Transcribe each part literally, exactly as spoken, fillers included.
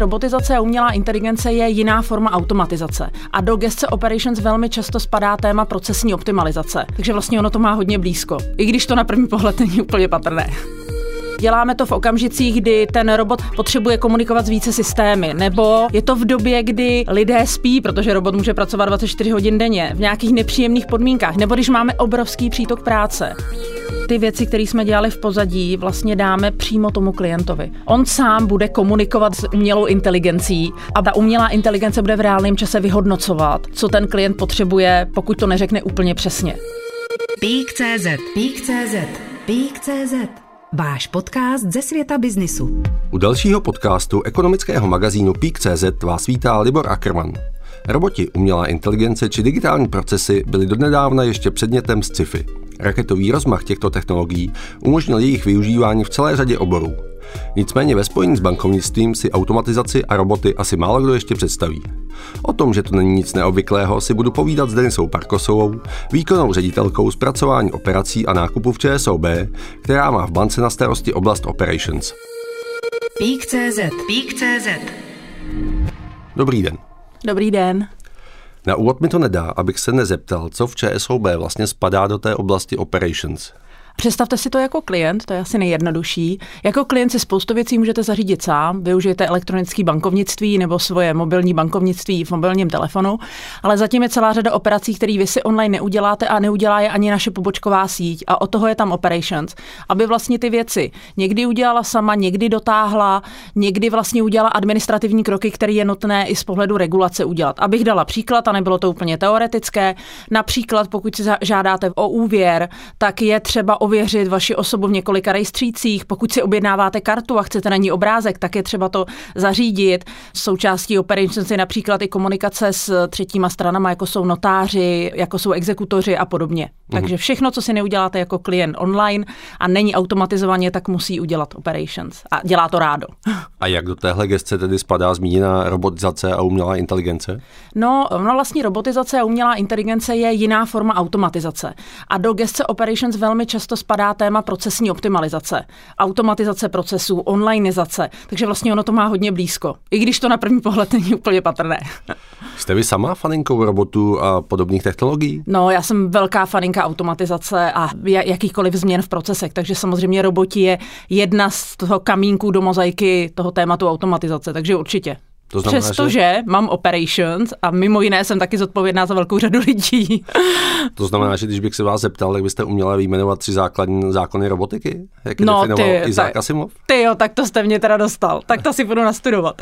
robotizace a umělá inteligence je jiná forma automatizace. A do gesce operations velmi často spadá téma procesní optimalizace. Takže vlastně ono to má hodně blízko. I když to na první pohled není úplně patrné. Děláme to v okamžicích, kdy ten robot potřebuje komunikovat s více systémy, nebo je to v době, kdy lidé spí, protože robot může pracovat dvacet čtyři hodin denně, v nějakých nepříjemných podmínkách, nebo když máme obrovský přítok práce. Ty věci, které jsme dělali v pozadí, vlastně dáme přímo tomu klientovi. On sám bude komunikovat s umělou inteligencí a ta umělá inteligence bude v reálném čase vyhodnocovat, co ten klient potřebuje, pokud to neřekne úplně přesně. Peak tečka cé zet, Peak tečka cé zet, Peak tečka cé zet. Váš podcast ze světa biznisu. U dalšího podcastu ekonomického magazínu Peak tečka cé zet vás vítá Libor Ackermann. Roboti, umělá inteligence či digitální procesy byly dodnedávna ještě předmětem sci-fi. Raketový rozmach těchto technologií umožnil jejich využívání v celé řadě oborů. Nicméně ve spojení s bankovnictvím si automatizaci a roboty asi málo kdo ještě představí. O tom, že to není nic neobvyklého, si budu povídat s Denisou Parkosovou, výkonnou ředitelkou zpracování operací a nákupu v ČSOB, která má v bance na starosti oblast operations. Peak tečka cé zet, Peak tečka cé zet. Dobrý den. Dobrý den. Na úvod mi to nedá, abych se nezeptal, co v ČSOB vlastně spadá do té oblasti operations. Představte si to jako klient, to je asi nejjednodušší. Jako klient si spoustu věcí můžete zařídit sám, využijete elektronické bankovnictví nebo svoje mobilní bankovnictví v mobilním telefonu, ale zatím je celá řada operací, které vy si online neuděláte a neudělá je ani naše pobočková síť a od toho je tam operations, aby vlastně ty věci někdy udělala sama, někdy dotáhla, někdy vlastně udělala administrativní kroky, které je nutné i z pohledu regulace udělat. Abych dala příklad, a nebylo to úplně teoretické, například pokud si žádáte o úvěr, tak je třeba ověřit vaši osobu v několika rejstřících. Pokud si objednáváte kartu a chcete na ní obrázek, tak je třeba to zařídit. Součástí operations je například i komunikace s třetíma stranama, jako jsou notáři, jako jsou exekutoři a podobně. Mm-hmm. Takže všechno, co si neuděláte jako klient online a není automatizovaně, tak musí udělat operations. A dělá to rádo. A jak do téhle gesce tedy spadá zmíněná robotizace a umělá inteligence? No, no vlastně robotizace a umělá inteligence je jiná forma automatizace. A do gesce operations velmi často spadá téma procesní optimalizace, automatizace procesů, onlineizace, takže vlastně ono to má hodně blízko, i když to na první pohled není úplně patrné. Jste vy sama faninkou robotů a podobných technologií? No, já jsem velká faninka automatizace a jakýchkoliv změn v procesech, takže samozřejmě roboti je jedna z toho kamínků do mozaiky toho tématu automatizace, takže určitě. To znamená, Přestože že... mám operations a mimo jiné jsem taky zodpovědná za velkou řadu lidí. To znamená, že když bych se vás zeptal, tak byste uměla vyjmenovat tři základní zákony robotiky? Jak je no, definoval Isaac Asimov? Ty jo, tak to jste mě teda dostal. Tak to si budu nastudovat.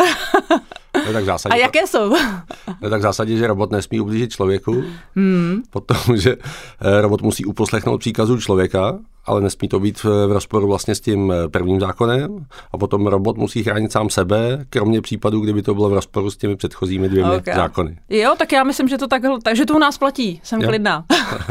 No, tak v zásadě, a jaké jsou? No, tak v zásadě, že robot nesmí ublížit člověku, hmm. potom, že robot musí uposlechnout příkazů člověka, ale nesmí to být v rozporu vlastně s tím prvním zákonem, a potom robot musí chránit sám sebe, kromě případů, kdyby to bylo v rozporu s těmi předchozími dvěmi okay. zákony. Jo, tak já myslím, že to takhle, takže to u nás platí, jsem jo. klidná.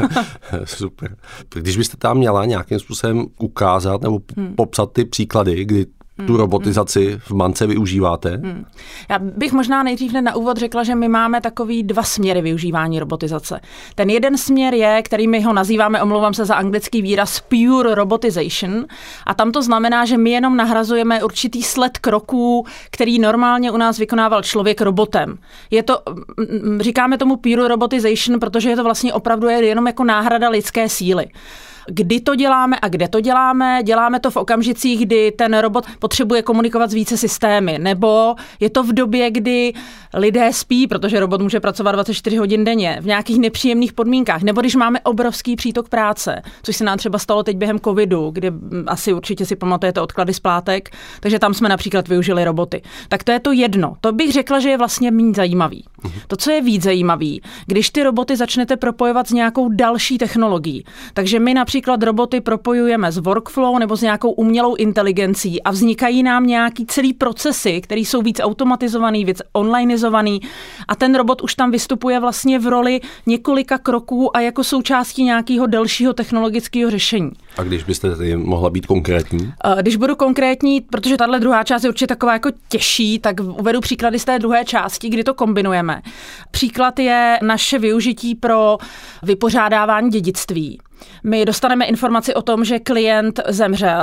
Super. Když byste tam měla nějakým způsobem ukázat nebo hmm. popsat ty příklady, kdy tu robotizaci v bance využíváte? Hmm. Já bych možná nejdřív na úvod řekla, že my máme takový dva směry využívání robotizace. Ten jeden směr je, který my ho nazýváme, omlouvám se za anglický výraz, pure robotization, a tam to znamená, že my jenom nahrazujeme určitý sled kroků, který normálně u nás vykonával člověk robotem. Je to, říkáme tomu pure robotization, protože je to vlastně opravdu jenom jako náhrada lidské síly. Kdy to děláme a kde to děláme? Děláme to v okamžicích, kdy ten robot potřebuje komunikovat s více systémy, nebo je to v době, kdy lidé spí, protože robot může pracovat dvacet čtyři hodin denně, v nějakých nepříjemných podmínkách, nebo když máme obrovský přítok práce, což se nám třeba stalo teď během covidu, kdy asi určitě si pamatujete odklady splátek, takže tam jsme například využili roboty. Tak to je to jedno. To bych řekla, že je vlastně méně zajímavý. To, co je víc zajímavý, když ty roboty začnete propojovat s nějakou další technologií. Takže my například roboty propojujeme s workflow nebo s nějakou umělou inteligencí a vznikají nám nějaký celý procesy, které jsou víc automatizovaný, víc onlineizovaný, a ten robot už tam vystupuje vlastně v roli několika kroků a jako součástí nějakého dalšího technologického řešení. A když byste tady mohla být konkrétní? Když budu konkrétní, protože tahle druhá část je určitě taková jako těžší, tak uvedu příklady z té druhé části, kdy to kombinujeme. Příklad je naše využití pro vypořádávání dědictví. My dostaneme informaci o tom, že klient zemřel,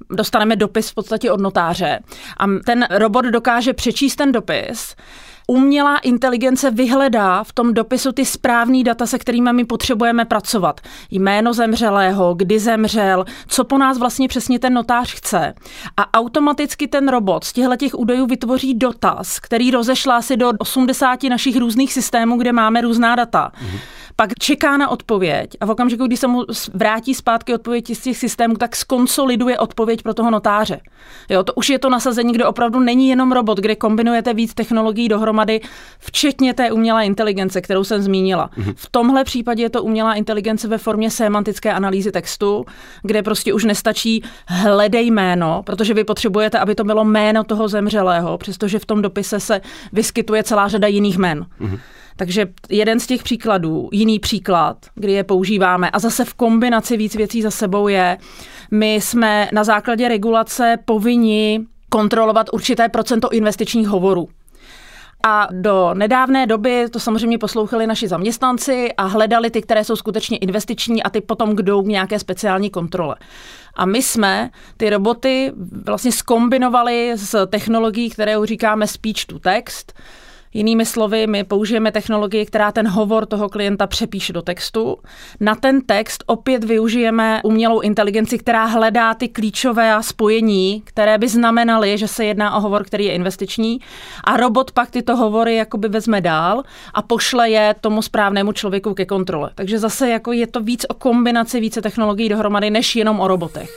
dostaneme dopis v podstatě od notáře a ten robot dokáže přečíst ten dopis. Umělá inteligence vyhledá v tom dopisu ty správný data, se kterými my potřebujeme pracovat. Jméno zemřelého, kdy zemřel, co po nás vlastně přesně ten notář chce. A automaticky ten robot z těchto údajů vytvoří dotaz, který rozešlá si do osmdesáti našich různých systémů, kde máme různá data. Mhm. Pak čeká na odpověď a v okamžiku, kdy se mu vrátí zpátky odpověď z těch systémů, tak skonsoliduje odpověď pro toho notáře. Jo, to už je to nasazení, kde opravdu není jenom robot, kde kombinujete víc technologií dohromady, včetně té umělé inteligence, kterou jsem zmínila. Mhm. V tomhle případě je to umělá inteligence ve formě semantické analýzy textu, kde prostě už nestačí hledej jméno, protože vy potřebujete, aby to bylo jméno toho zemřelého, přestože v tom dopise se vyskytuje celá řada jiných jmen. Mhm. Takže jeden z těch příkladů, jiný příklad, kdy je používáme a zase v kombinaci víc věcí za sebou je, my jsme na základě regulace povinni kontrolovat určité procento investičních hovorů. A do nedávné doby to samozřejmě poslouchali naši zaměstnanci a hledali ty, které jsou skutečně investiční a ty potom jdou k nějaké speciální kontrole. A my jsme ty roboty vlastně zkombinovali s technologií, kterou říkáme speech to text. Jinými slovy, my použijeme technologii, která ten hovor toho klienta přepíše do textu. Na ten text opět využijeme umělou inteligenci, která hledá ty klíčové spojení, které by znamenaly, že se jedná o hovor, který je investiční. A robot pak tyto hovory jakoby vezme dál a pošle je tomu správnému člověku ke kontrole. Takže zase jako je to víc o kombinaci více technologií dohromady, než jenom o robotech.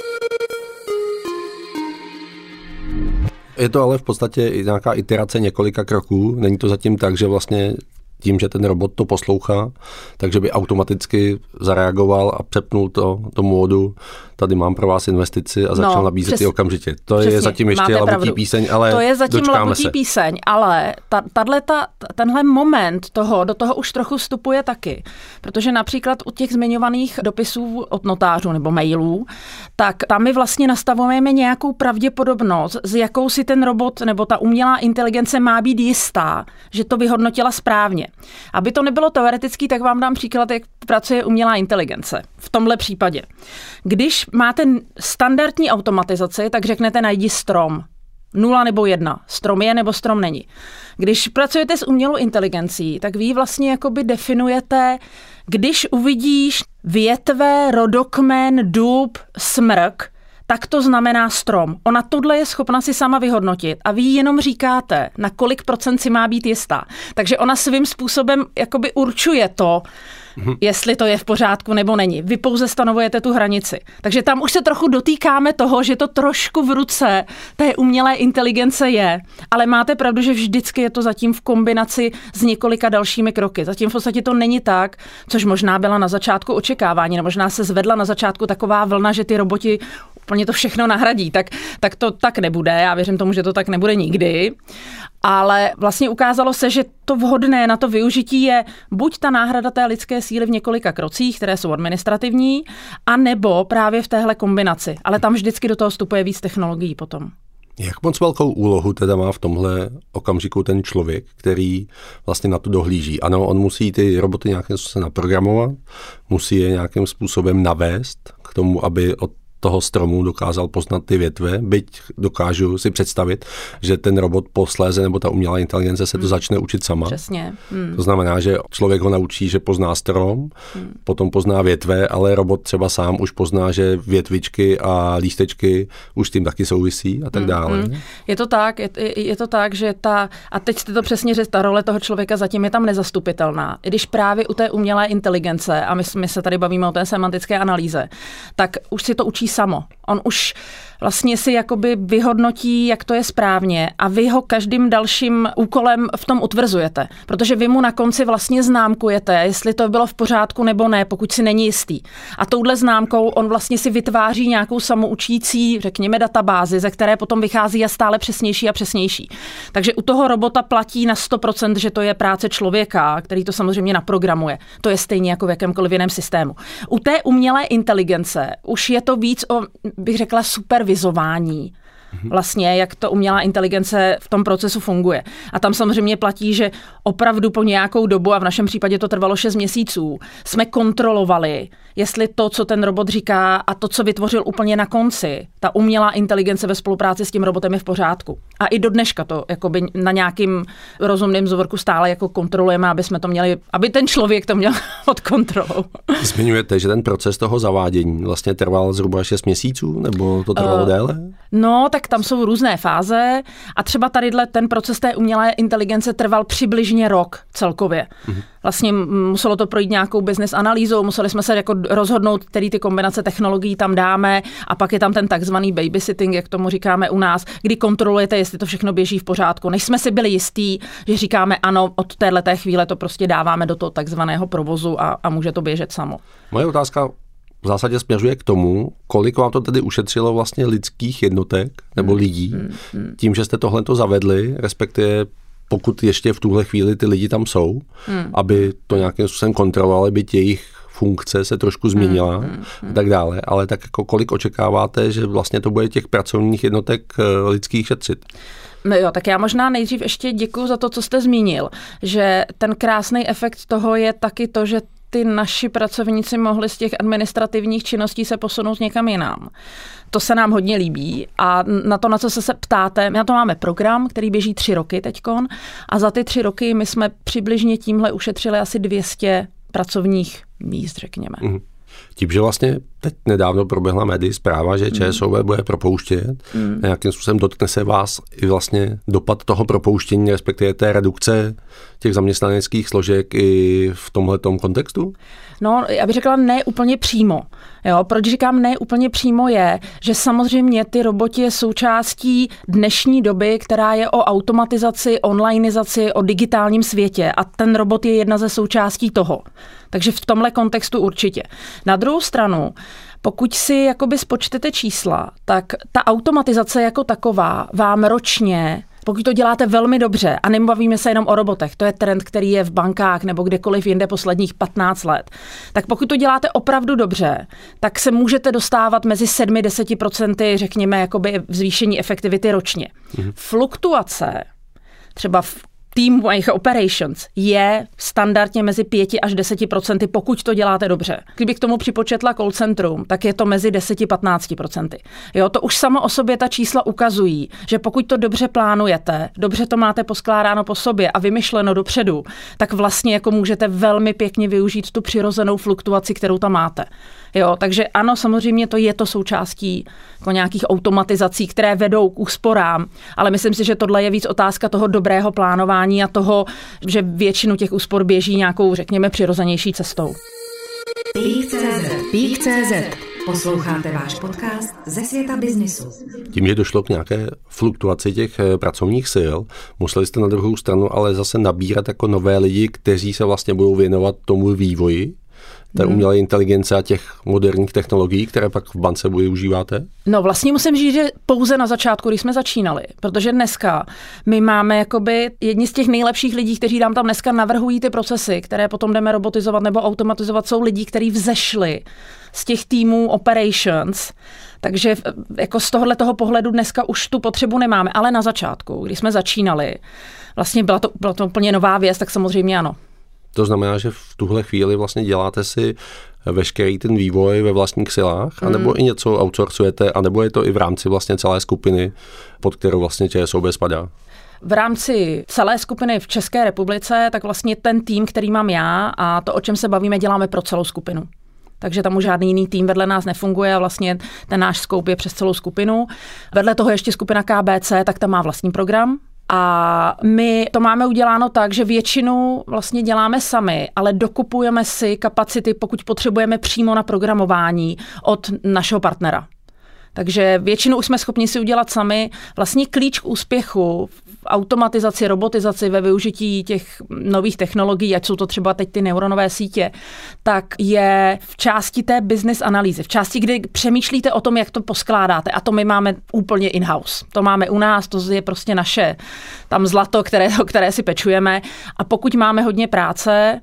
Je to ale v podstatě i nějaká iterace několika kroků. Není to zatím tak, že vlastně tím, že ten robot to poslouchá, takže by automaticky zareagoval a přepnul to do módu, tady mám pro vás investici a začal no, nabízet přes, ji okamžitě. To přesně, je zatím ještě labutí pravdu. píseň, ale to je zatím labutí se. píseň, ale ta, tato, tenhle moment toho, do toho už trochu vstupuje taky. Protože například u těch zmiňovaných dopisů od notářů nebo mailů, tak tam my vlastně nastavujeme nějakou pravděpodobnost, z jakou si ten robot nebo ta umělá inteligence má být jistá, že to vyhodnotila správně. Aby to nebylo teoretický, tak vám dám příklad, jak pracuje umělá inteligence v tomhle případě. Když máte standardní automatizaci, tak řeknete najdi strom. Nula nebo jedna. Strom je nebo strom není. Když pracujete s umělou inteligencí, tak vy vlastně jakoby definujete, když uvidíš větve, rodokmen, dub, smrk, tak to znamená strom. Ona tohle je schopna si sama vyhodnotit a vy jenom říkáte, na kolik procent si má být jistá. Takže ona svým způsobem jakoby určuje to, mm-hmm. jestli to je v pořádku nebo není. Vy pouze stanovujete tu hranici. Takže tam už se trochu dotýkáme toho, že to trošku v ruce té umělé inteligence je, ale máte pravdu, že vždycky je to zatím v kombinaci s několika dalšími kroky. Zatím v podstatě to není tak, což možná byla na začátku očekávání, nebo možná se zvedla na začátku taková vlna, že ty roboti úplně to všechno nahradí. Tak, tak to tak nebude. Já věřím tomu, že to tak nebude nikdy. Ale vlastně ukázalo se, že to vhodné na to využití je buď ta náhrada té lidské síly v několika krocích, které jsou administrativní, anebo právě v téhle kombinaci. Ale tam vždycky do toho vstupuje víc technologií potom. Jak moc velkou úlohu teda má v tomhle okamžiku ten člověk, který vlastně na to dohlíží? Ano, on musí ty roboty nějakým způsobem naprogramovat, musí je nějakým způsobem navést k tomu, aby od toho stromu dokázal poznat ty větve, byť dokážu si představit, že ten robot posléze nebo ta umělá inteligence se to hmm. začne učit sama. Přesně. Hmm. To znamená, že člověk ho naučí, že pozná strom, hmm. potom pozná větve, ale robot třeba sám už pozná, že větvičky a lístečky už s tím taky souvisí a tak hmm. dále. Hmm. Je to tak, je, je to tak, že ta, a teď jste to přesně řekl, ta role toho člověka zatím je tam nezastupitelná. I když právě u té umělé inteligence, a my, my se tady bavíme o té semantické analýze, tak už si to učí samo. On už vlastně si jakoby vyhodnotí, jak to je správně a vy ho každým dalším úkolem v tom utvrzujete, protože vy mu na konci vlastně známkujete, jestli to bylo v pořádku nebo ne, pokud si není jistý. A touhle známkou on vlastně si vytváří nějakou samoučící, řekněme, databázi, ze které potom vychází a stále přesnější a přesnější. Takže u toho robota platí na sto procent, že to je práce člověka, který to samozřejmě naprogramuje. To je stejně jako v jakémkoliv jiném systému. U té umělé inteligence už je to víc o, bych řekla, supervizování. vlastně, jak to umělá inteligence v tom procesu funguje. A tam samozřejmě platí, že opravdu po nějakou dobu, a v našem případě to trvalo šest měsíců, jsme kontrolovali, jestli to, co ten robot říká a to, co vytvořil úplně na konci, ta umělá inteligence ve spolupráci s tím robotem je v pořádku. A i do dneška to jakoby na nějakým rozumným vzorku stále jako kontrolujeme, aby jsme to měli, aby ten člověk to měl pod kontrolou. Zmiňujete, že ten proces toho zavádění vlastně trval zhruba šest měsíců, nebo to trvalo uh, déle? No, tak tam jsou různé fáze a třeba tadyhle ten proces té umělé inteligence trval přibližně rok celkově. Uh-huh. Vlastně muselo to projít nějakou business analýzou, museli jsme se jako rozhodnout, který ty kombinace technologií tam dáme a pak je tam ten takzvaný babysitting, jak tomu říkáme u nás, kdy kontrolujete, jestli to všechno běží v pořádku. Než jsme si byli jistí, že říkáme ano, od téhleté chvíle to prostě dáváme do toho takzvaného provozu a, a může to běžet samo. Moje otázka v zásadě směřuje k tomu, kolik vám to tedy ušetřilo vlastně lidských jednotek nebo lidí, hmm, hmm. tím, že jste tohleto zavedli, respektive pokud ještě v tuhle chvíli ty lidi tam jsou, hmm. aby to nějakým způsobem kontrolovali, byť jejich funkce se trošku změnila hmm, hmm, hmm. a tak dále, ale tak jako kolik očekáváte, že vlastně to bude těch pracovních jednotek lidských šetřit? No jo, tak já možná nejdřív ještě děkuju za to, co jste zmínil, že ten krásný efekt toho je taky to, že ty naši pracovníci mohli z těch administrativních činností se posunout někam jinam. To se nám hodně líbí a na to, na co se, se ptáte, my na to máme program, který běží tři roky teďkon a za ty tři roky my jsme přibližně tímhle ušetřili asi dvě stě pracovních míst, řekněme. Mm. Tím, že vlastně teď nedávno proběhla médii zpráva, že ČSOB mm. bude propouštět, mm. nějakým způsobem dotkne se vás i vlastně dopad toho propouštění, respektive té redukce těch zaměstnaneckých složek i v tomhletom kontextu? No, já bych řekla ne úplně přímo. Jo, proč říkám ne úplně přímo je, že samozřejmě ty roboti je součástí dnešní doby, která je o automatizaci, onlineizaci, o digitálním světě a ten robot je jedna ze součástí toho. Takže v tomhle kontextu určitě. Na druhou stranu, pokud si jakoby spočtete čísla, tak ta automatizace jako taková vám ročně, pokud to děláte velmi dobře, a nebavíme se jenom o robotech, to je trend, který je v bankách nebo kdekoliv jinde posledních patnáct let, tak pokud to děláte opravdu dobře, tak se můžete dostávat mezi sedm až deset procent, řekněme, jakoby zvýšení efektivity ročně. Mhm. Fluktuace, třeba v Team operations je standardně mezi pět až deset procent, pokud to děláte dobře. Kdybych k tomu připočetla call centrum, tak je to mezi deset až patnáct procent. Jo, to už samo o sobě ta čísla ukazují, že pokud to dobře plánujete, dobře to máte poskládáno po sobě a vymyšleno dopředu, tak vlastně jako můžete velmi pěkně využít tu přirozenou fluktuaci, kterou tam máte. Jo, takže ano, samozřejmě to je to součástí jako nějakých automatizací, které vedou k úsporám, ale myslím si, že tohle je víc otázka toho dobrého plánování a toho, že většinu těch úspor běží nějakou, řekněme, přirozenější cestou. Peak tečka cé zet. Posloucháte váš podcast ze světa biznisu. Tím, že došlo k nějaké fluktuaci těch pracovních sil, museli jste na druhou stranu ale zase nabírat jako nové lidi, kteří se vlastně budou věnovat tomu vývoji té umělé inteligence a těch moderních technologií, které pak v bance využíváte? No vlastně musím říct, že pouze na začátku, když jsme začínali, protože dneska my máme jakoby jedni z těch nejlepších lidí, kteří nám tam dneska navrhují ty procesy, které potom jdeme robotizovat nebo automatizovat, jsou lidi, kteří vzešli z těch týmů operations, takže jako z tohohle toho pohledu dneska už tu potřebu nemáme, ale na začátku, když jsme začínali, vlastně byla to, byla to úplně nová věc, tak samozřejmě ano. To znamená, že v tuhle chvíli vlastně děláte si veškerý ten vývoj ve vlastních silách, anebo mm. i něco outsourcujete, anebo je to i v rámci vlastně celé skupiny, pod kterou vlastně ČSOB spadá? V rámci celé skupiny v České republice, tak vlastně ten tým, který mám já a to, o čem se bavíme, děláme pro celou skupinu. Takže tam už žádný jiný tým vedle nás nefunguje a vlastně ten náš scope je přes celou skupinu. Vedle toho ještě skupina K B C, tak tam má vlastní program. A my to máme uděláno tak, že většinu vlastně děláme sami, ale dokupujeme si kapacity, pokud potřebujeme přímo na programování od našeho partnera. Takže většinu už jsme schopni si udělat sami. Vlastně klíč k úspěchu v automatizaci, robotizaci, ve využití těch nových technologií, ať jsou to třeba teď ty neuronové sítě, tak je v části té business analýzy, v části, kdy přemýšlíte o tom, jak to poskládáte. A to my máme úplně in-house. To máme u nás, to je prostě naše tam zlato, které, které si pečujeme. A pokud máme hodně práce,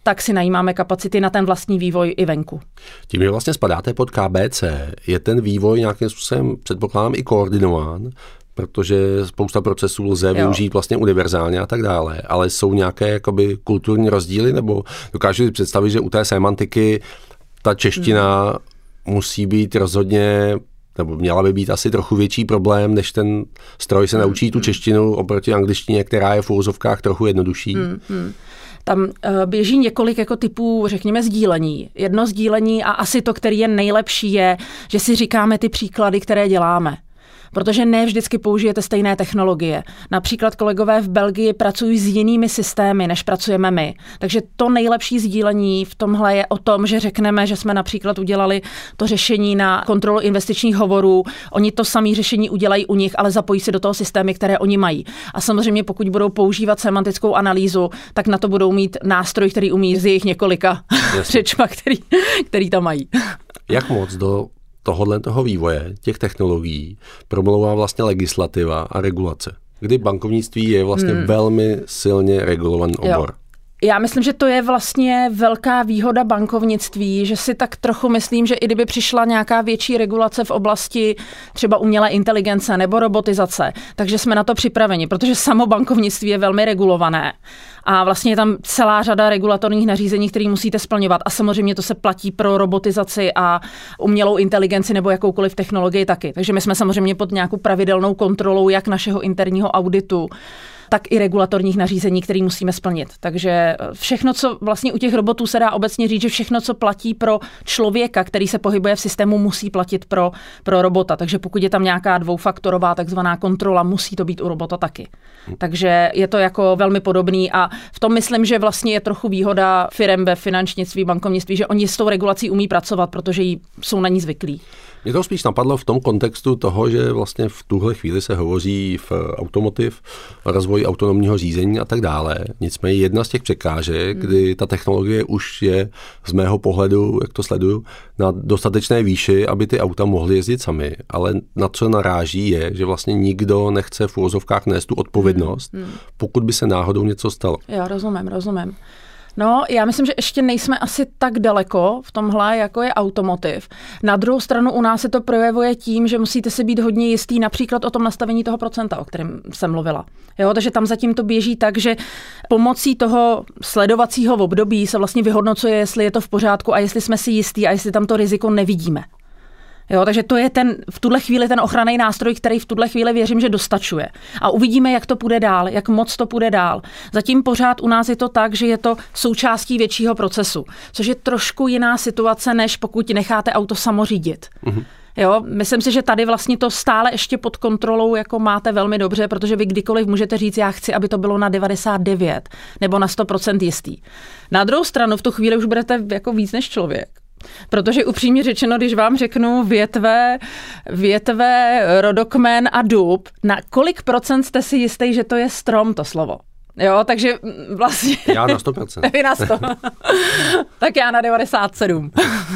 tak si najímáme kapacity na ten vlastní vývoj i venku. Tím, že vlastně spadáte pod K B C, je ten vývoj nějakým způsobem, předpokládám, i koordinován, protože spousta procesů lze jo. využít vlastně univerzálně a tak dále, ale jsou nějaké jakoby kulturní rozdíly, nebo dokážu si představit, že u té semantiky ta čeština hmm. musí být rozhodně, nebo měla by být asi trochu větší problém, než ten stroj se naučí tu češtinu oproti angličtině, která je v úvozovkách trochu jednodušší. Hmm, hmm. Tam uh, běží několik jako typů, řekněme, sdílení. Jedno sdílení a asi to, který je nejlepší, je, že si říkáme ty příklady, které děláme. Protože ne vždycky použijete stejné technologie. Například kolegové v Belgii pracují s jinými systémy, než pracujeme my. Takže to nejlepší sdílení v tomhle je o tom, že řekneme, že jsme například udělali to řešení na kontrolu investičních hovorů. Oni to samé řešení udělají u nich, ale zapojí se do toho systémy, které oni mají. A samozřejmě pokud budou používat semantickou analýzu, tak na to budou mít nástroj, který umí z jejich několika řečma, který, který tam mají. Jak moc do tohodle toho vývoje, těch technologií, promlouvá vlastně legislativa a regulace, kdy bankovnictví je vlastně hmm. velmi silně regulovaný obor. Jo. Já myslím, že to je vlastně velká výhoda bankovnictví, že si tak trochu myslím, že i kdyby přišla nějaká větší regulace v oblasti třeba umělé inteligence nebo robotizace, takže jsme na to připraveni, protože samo bankovnictví je velmi regulované. A vlastně je tam celá řada regulatorních nařízení, které musíte splňovat. A samozřejmě to se platí pro robotizaci a umělou inteligenci nebo jakoukoliv technologii taky. Takže my jsme samozřejmě pod nějakou pravidelnou kontrolou jak našeho interního auditu, tak i regulatorních nařízení, které musíme splnit. Takže všechno, co vlastně u těch robotů se dá obecně říct, že všechno, co platí pro člověka, který se pohybuje v systému, musí platit pro, pro robota. Takže pokud je tam nějaká dvoufaktorová takzvaná kontrola, musí to být u robota taky. Takže je to jako velmi podobný a v tom myslím, že vlastně je trochu výhoda firem ve finančnictví, bankovnictví, že oni s tou regulací umí pracovat, protože jí jsou na ní zvyklí. Mě to spíš napadlo v tom kontextu toho, že vlastně v tuhle chvíli se hovoří v automotiv, rozvoji autonomního řízení a tak dále. Nicméně jedna z těch překážek, hmm. kdy ta technologie už je z mého pohledu, jak to sleduju, na dostatečné výši, aby ty auta mohly jezdit sami. Ale na co naráží je, že vlastně nikdo nechce v uvozovkách nést tu odpovědnost, hmm. pokud by se náhodou něco stalo. Já rozumím, rozumím. No, já myslím, že ještě nejsme asi tak daleko v tomhle, jako je automotiv. Na druhou stranu u nás se to projevuje tím, že musíte si být hodně jistý například o tom nastavení toho procenta, o kterém jsem mluvila. Jo, takže tam zatím to běží tak, že pomocí toho sledovacího období se vlastně vyhodnocuje, jestli je to v pořádku a jestli jsme si jistí a jestli tam to riziko nevidíme. Jo, takže to je ten, v tuhle chvíli ten ochranný nástroj, který v tuhle chvíli věřím, že dostačuje. A uvidíme, jak to půjde dál, jak moc to půjde dál. Zatím pořád u nás je to tak, že je to součástí většího procesu, což je trošku jiná situace, než pokud necháte auto samořídit. Mm-hmm. Jo, myslím si, že tady vlastně to stále ještě pod kontrolou jako máte velmi dobře, protože vy kdykoliv můžete říct, já chci, aby to bylo na devadesát devět nebo na sto procent jistý. Na druhou stranu v tu chvíli už budete jako víc než člověk. Protože upřímně řečeno, když vám řeknu větve, větve, rodokmen a dub, na kolik procent jste si jistý, že to je strom, to slovo? Jo, takže vlastně... Já na sto procent. Vy na sto. Tak já na devadesát sedm.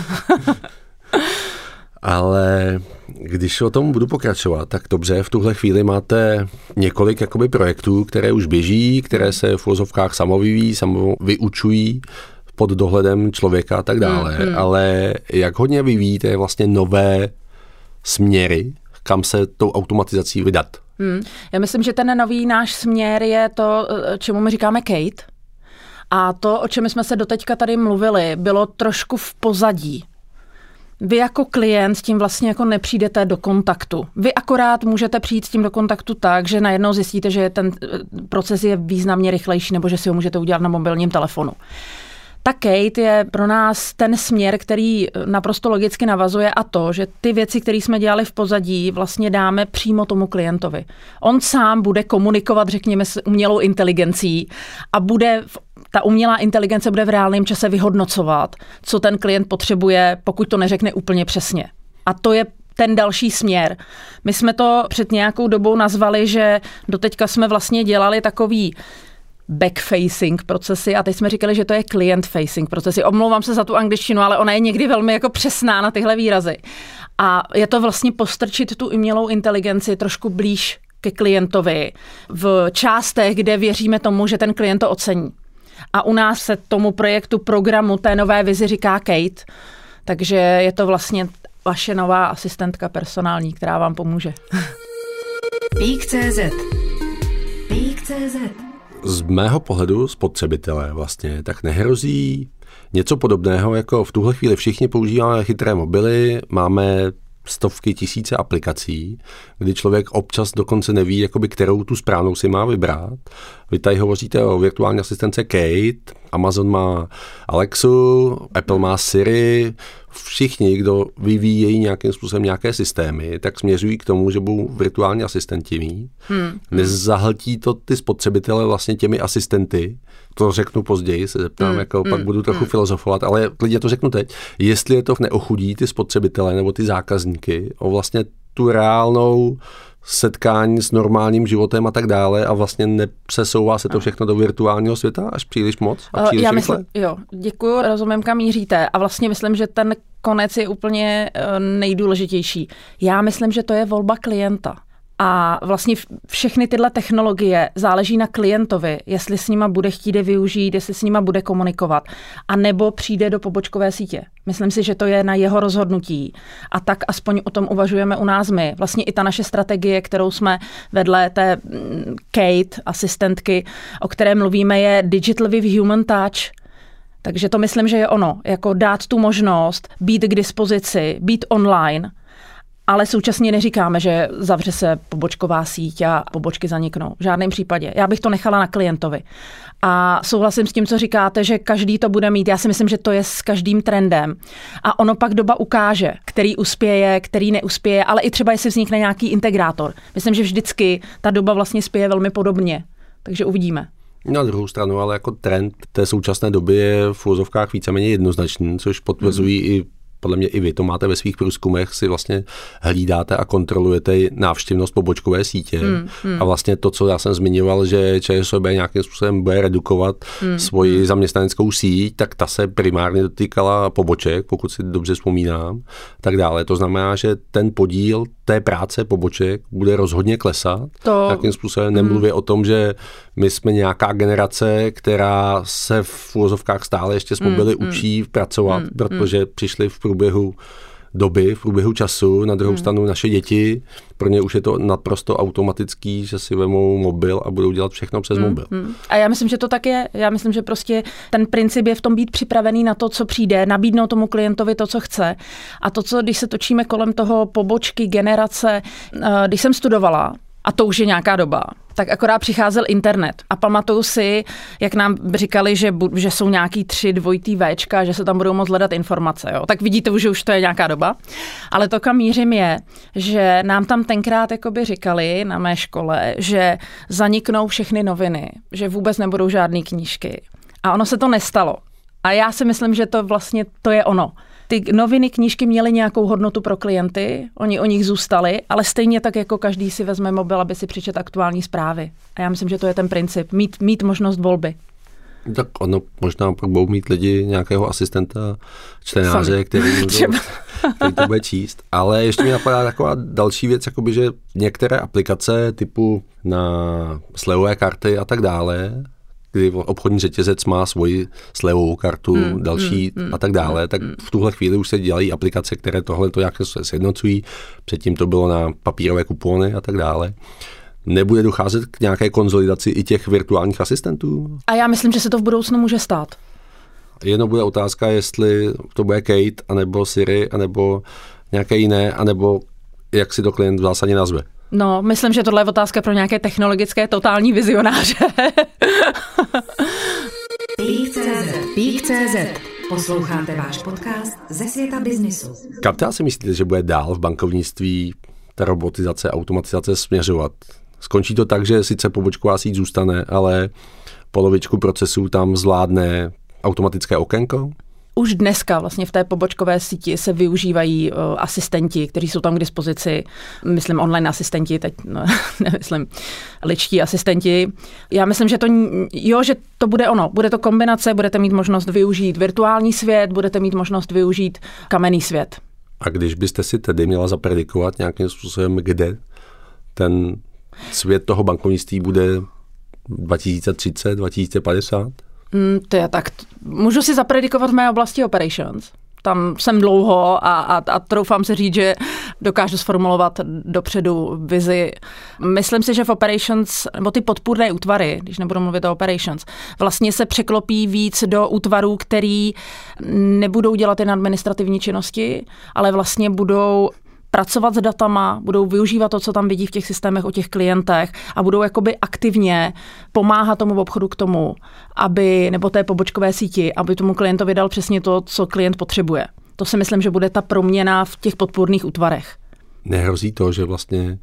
Ale když o tom budu pokračovat, tak dobře, v tuhle chvíli máte několik jakoby projektů, které už běží, které se v uvozovkách samovyvíjí, samovyučují pod dohledem člověka a tak dále, mm, mm. ale jak hodně vyvíjíte vlastně nové směry, kam se tou automatizací vydat? Mm. Já myslím, že ten nový náš směr je to, čemu my říkáme Kate. A to, o čem jsme se doteďka tady mluvili, bylo trošku v pozadí. Vy jako klient s tím vlastně jako nepřijdete do kontaktu. Vy akorát můžete přijít s tím do kontaktu tak, že najednou zjistíte, že ten proces je významně rychlejší nebo že si ho můžete udělat na mobilním telefonu. Ta Kate je pro nás ten směr, který naprosto logicky navazuje a to, že ty věci, které jsme dělali v pozadí, vlastně dáme přímo tomu klientovi. On sám bude komunikovat, řekněme, s umělou inteligencí a bude, ta umělá inteligence bude v reálném čase vyhodnocovat, co ten klient potřebuje, pokud to neřekne úplně přesně. A to je ten další směr. My jsme to před nějakou dobou nazvali, že doteďka jsme vlastně dělali takový back-facing procesy a teď jsme říkali, že to je client-facing procesy. Omlouvám se za tu angličtinu, ale ona je někdy velmi jako přesná na tyhle výrazy. A je to vlastně postrčit tu umělou inteligenci trošku blíž ke klientovi v částech, kde věříme tomu, že ten klient to ocení. A u nás se tomu projektu, programu té nové vizi říká Kate, takže je to vlastně vaše nová asistentka personální, která vám pomůže. Peak tečka cé zet Peak tečka cé zet Z mého pohledu spotřebitele vlastně tak nehrozí něco podobného, jako v tuhle chvíli všichni používáme chytré mobily, máme stovky, tisíce aplikací, kdy člověk občas dokonce neví, jakoby, kterou tu správnou si má vybrat. Vy tady hovoříte o virtuální asistence Kate, Amazon má Alexu, Apple má Siri, všichni, kdo vyvíjejí nějakým způsobem nějaké systémy, tak směřují k tomu, že budou virtuální asistenti mít. Hmm. Nezahltí to ty spotřebitele vlastně těmi asistenty, to řeknu později, se zeptám, hmm. jako hmm. pak budu trochu hmm. filozofovat, ale klidně to řeknu teď. Jestli je to neochudí ty spotřebitele nebo ty zákazníky o vlastně tu reálnou setkání s normálním životem a tak dále a vlastně nepřesouvá se to všechno do virtuálního světa až příliš moc a příliš Já rychle? myslím, jo, děkuju, rozumím, kam míříte a vlastně myslím, že ten konec je úplně nejdůležitější. Já myslím, že to je volba klienta. A vlastně všechny tyhle technologie záleží na klientovi, jestli s nima bude chtít je využít, jestli s nima bude komunikovat, a nebo přijde do pobočkové sítě. Myslím si, že to je na jeho rozhodnutí. A tak aspoň o tom uvažujeme u nás my. Vlastně i ta naše strategie, kterou jsme vedle té Kate, asistentky, o které mluvíme, je Digital with Human Touch. Takže to myslím, že je ono, jako dát tu možnost být k dispozici, být online, ale současně neříkáme, že zavře se pobočková síť a pobočky zaniknou. V žádném případě. Já bych to nechala na klientovi. A souhlasím s tím, co říkáte, že každý to bude mít. Já si myslím, že to je s každým trendem. A ono pak doba ukáže, který uspěje, který neuspěje, ale i třeba, jestli vznikne nějaký integrátor. Myslím, že vždycky ta doba vlastně spěje velmi podobně. Takže uvidíme. Na druhou stranu, ale jako trend té současné doby je v uvozovkách víceméně jednoznačný, což potvrzují mm. i podle mě i vy to máte ve svých průzkumech, si vlastně hlídáte a kontrolujete návštěvnost pobočkové sítě. Hmm, hmm. A vlastně to, co já jsem zmiňoval, že ČSOB nějakým způsobem bude redukovat hmm, svoji hmm. zaměstnaneckou síť, tak ta se primárně dotýkala poboček, pokud si dobře vzpomínám, tak dále. To znamená, že ten podíl té práce poboček bude rozhodně klesat. To... Takým způsobem nemluvě hmm. o tom, že my jsme nějaká generace, která se v uvozovkách stále ještě s mobily hmm, učí hmm. pracovat, hmm, protože hmm. přišli v průběhu doby, v průběhu času. Na druhou hmm. stranu naše děti, pro ně už je to naprosto automatický, že si vemou mobil a budou dělat všechno přes hmm. mobil. Hmm. A já myslím, že to tak je. Já myslím, že prostě ten princip je v tom být připravený na to, co přijde, nabídnout tomu klientovi to, co chce. A to, co když se točíme kolem toho pobočky, generace, když jsem studovala, a to už je nějaká doba, tak akorát přicházel internet. A pamatuju si, jak nám říkali, že, že jsou nějaký tři dvojitý Včka, že se tam budou moct hledat informace. Jo. Tak vidíte, že už to je nějaká doba. Ale to, kam mířím, je, že nám tam tenkrát jakoby říkali na mé škole, že zaniknou všechny noviny, že vůbec nebudou žádné knížky. A ono se to nestalo. A já si myslím, že to vlastně to je ono. Ty noviny, knížky měly nějakou hodnotu pro klienty, oni o nich zůstali, ale stejně tak jako každý si vezme mobil, aby si přečet aktuální zprávy. A já myslím, že to je ten princip, mít, mít možnost volby. Tak ono možná pak budou mít lidi nějakého asistenta, čtenáře, Sami. který, můžou, který to bude číst. Ale ještě mi napadá taková další věc, jakoby, že některé aplikace typu na slevové karty a tak dále, kdy obchodní řetězec má svoji slevovou kartu, hmm, další hmm, a tak dále, tak v tuhle chvíli už se dělají aplikace, které tohle to nějak se sjednocují. Předtím to bylo na papírové kupony a tak dále. Nebude docházet k nějaké konzolidaci i těch virtuálních asistentů? A já myslím, že se to v budoucnu může stát. Jenom bude otázka, jestli to bude Kate, anebo Siri, anebo nějaké jiné, anebo jak si to klient v zásadě nazve. No, myslím, že tohle je otázka pro nějaké technologické totální vizionáře. Peak tečka cé zet Peak tečka cé zet Posloucháte váš podcast ze světa biznisu. Kam si myslíte, že bude dál v bankovnictví ta robotizace, automatizace směřovat? Skončí to tak, že sice pobočková síť zůstane, ale polovičku procesů tam zvládne automatické okénko? Už dneska vlastně v té pobočkové síti se využívají uh, asistenti, kteří jsou tam k dispozici, myslím online asistenti, teď no, nemyslím ličtí asistenti. Já myslím, že to, jo, že to bude ono, bude to kombinace, budete mít možnost využít virtuální svět, budete mít možnost využít kamenný svět. A když byste si tedy měla zapredikovat nějakým způsobem, kde ten svět toho bankovnictví bude dva tisíce třicet, dva tisíce padesát? Mm, to je tak. Můžu si zapredikovat v mé oblasti operations. Tam jsem dlouho a, a, a troufám se říct, že dokážu sformulovat dopředu vizi. Myslím si, že v operations, nebo ty podpůrné útvary, když nebudu mluvit o operations, vlastně se překlopí víc do útvarů, který nebudou dělat jen administrativní činnosti, ale vlastně budou pracovat s datama, budou využívat to, co tam vidí v těch systémech o těch klientech a budou jakoby aktivně pomáhat tomu obchodu k tomu, aby, nebo té pobočkové síti, aby tomu klientovi dal přesně to, co klient potřebuje. To si myslím, že bude ta proměna v těch podpůrných útvarech. Nehrozí to, že vlastně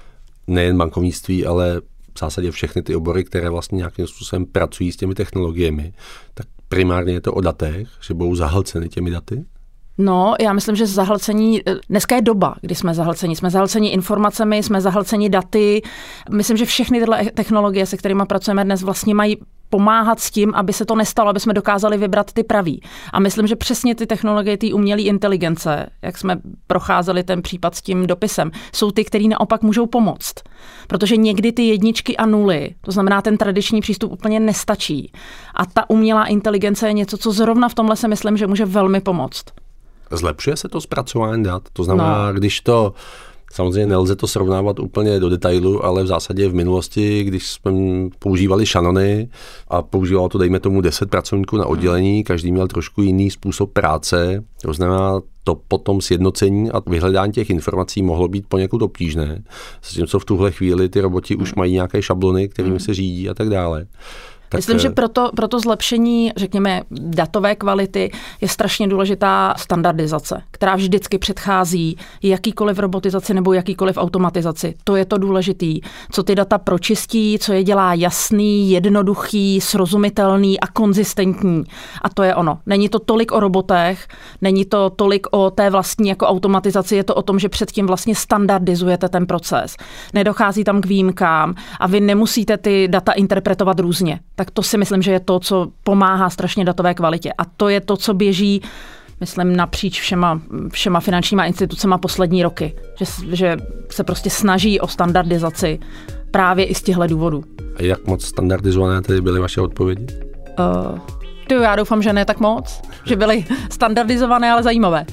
nejen bankovnictví, ale v zásadě všechny ty obory, které vlastně nějakým způsobem pracují s těmi technologiemi, tak primárně je to o datech, že budou zahlceny těmi daty? No, já myslím, že zahlcení, dneska je doba, kdy jsme zahlceni. Jsme zahlceni informacemi, jsme zahlceni daty. Myslím, že všechny tyhle technologie, se kterými pracujeme dnes, vlastně mají pomáhat s tím, aby se to nestalo, aby jsme dokázali vybrat ty pravý. A myslím, že přesně ty technologie, ty umělé inteligence, jak jsme procházeli ten případ s tím dopisem, jsou ty, které naopak můžou pomoct. Protože někdy ty jedničky a nuly, to znamená ten tradiční přístup úplně nestačí. A ta umělá inteligence je něco, co zrovna v tomhle si myslím, že může velmi pomoct. Zlepšuje se to zpracování dat? To znamená, no. Když to, samozřejmě nelze to srovnávat úplně do detailu, ale v zásadě v minulosti, když jsme používali šanony a používalo to, dejme tomu, deset pracovníků na oddělení, každý měl trošku jiný způsob práce, to znamená, to potom sjednocení a vyhledání těch informací mohlo být poněkud obtížné. S tím, co v tuhle chvíli ty roboti už mají nějaké šablony, kterými se řídí a tak dále. Tak myslím, že proto, proto zlepšení, řekněme, datové kvality je strašně důležitá standardizace, která vždycky předchází jakýkoliv robotizaci nebo jakýkoliv automatizaci. To je to důležitý, co ty data pročistí, co je dělá jasný, jednoduchý, srozumitelný a konzistentní. A to je ono. Není to tolik o robotech, není to tolik o té vlastní jako automatizaci, je to o tom, že předtím vlastně standardizujete ten proces. Nedochází tam k výjimkám a vy nemusíte ty data interpretovat různě. Tak to si myslím, že je to, co pomáhá strašně datové kvalitě. A to je to, co běží, myslím, napříč všema, všema finančníma institucema poslední roky. Že, že se prostě snaží o standardizaci právě i z těchto důvodů. A jak moc standardizované tedy byly vaše odpovědi? Uh, ty, já doufám, že ne tak moc. Že byly standardizované, ale zajímavé.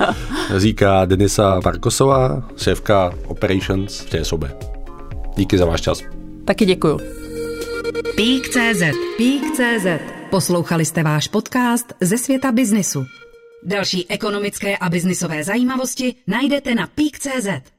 Říká Denisa Parkosová, šéfka Operations v ČSOB. Díky za váš čas. Taky děkuju. Peak tečka cé zet. Peak tečka cé zet. Poslouchali jste váš podcast ze světa biznisu. Další ekonomické a biznisové zajímavosti najdete na Peak tečka cé zet.